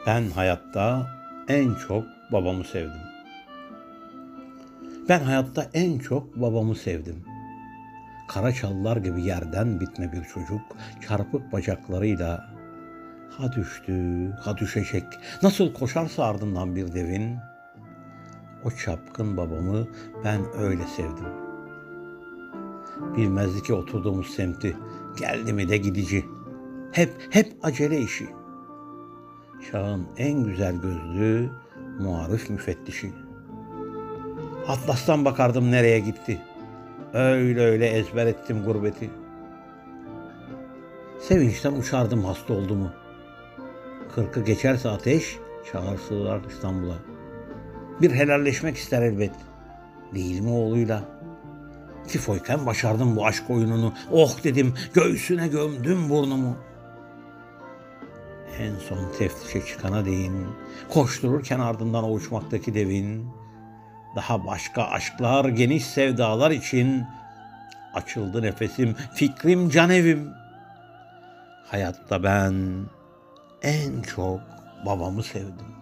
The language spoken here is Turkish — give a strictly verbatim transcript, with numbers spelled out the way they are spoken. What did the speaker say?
Ben hayatta en çok babamı sevdim. Ben hayatta en çok babamı sevdim. Kara çalılar gibi yerden bitme bir çocuk, çarpık bacaklarıyla ha düştü, ha düşecek. Nasıl koşarsa ardından bir devin, o çapkın babamı ben öyle sevdim. Bilmezdi ki oturduğumuz semti, geldi mi de gidici. Hep, hep acele işi. Çağın en güzel gözlü muarif müfettişi. Atlas'tan bakardım nereye gitti. Öyle öyle ezber ettim gurbeti. Sevinçten uçardım hasta oldu mu. Kırkı geçerse ateş, çağır sığar İstanbul'a. Bir helalleşmek ister elbet. Değil mi oğluyla? Tifoyken başardım bu aşk oyununu. Oh dedim, göğsüne gömdüm burnumu. En son teftişe çıkana değin, koştururken ardından o uçmaktaki devin, daha başka aşklar, geniş sevdalar için açıldı nefesim, fikrim, can evim. Hayatta ben en çok babamı sevdim.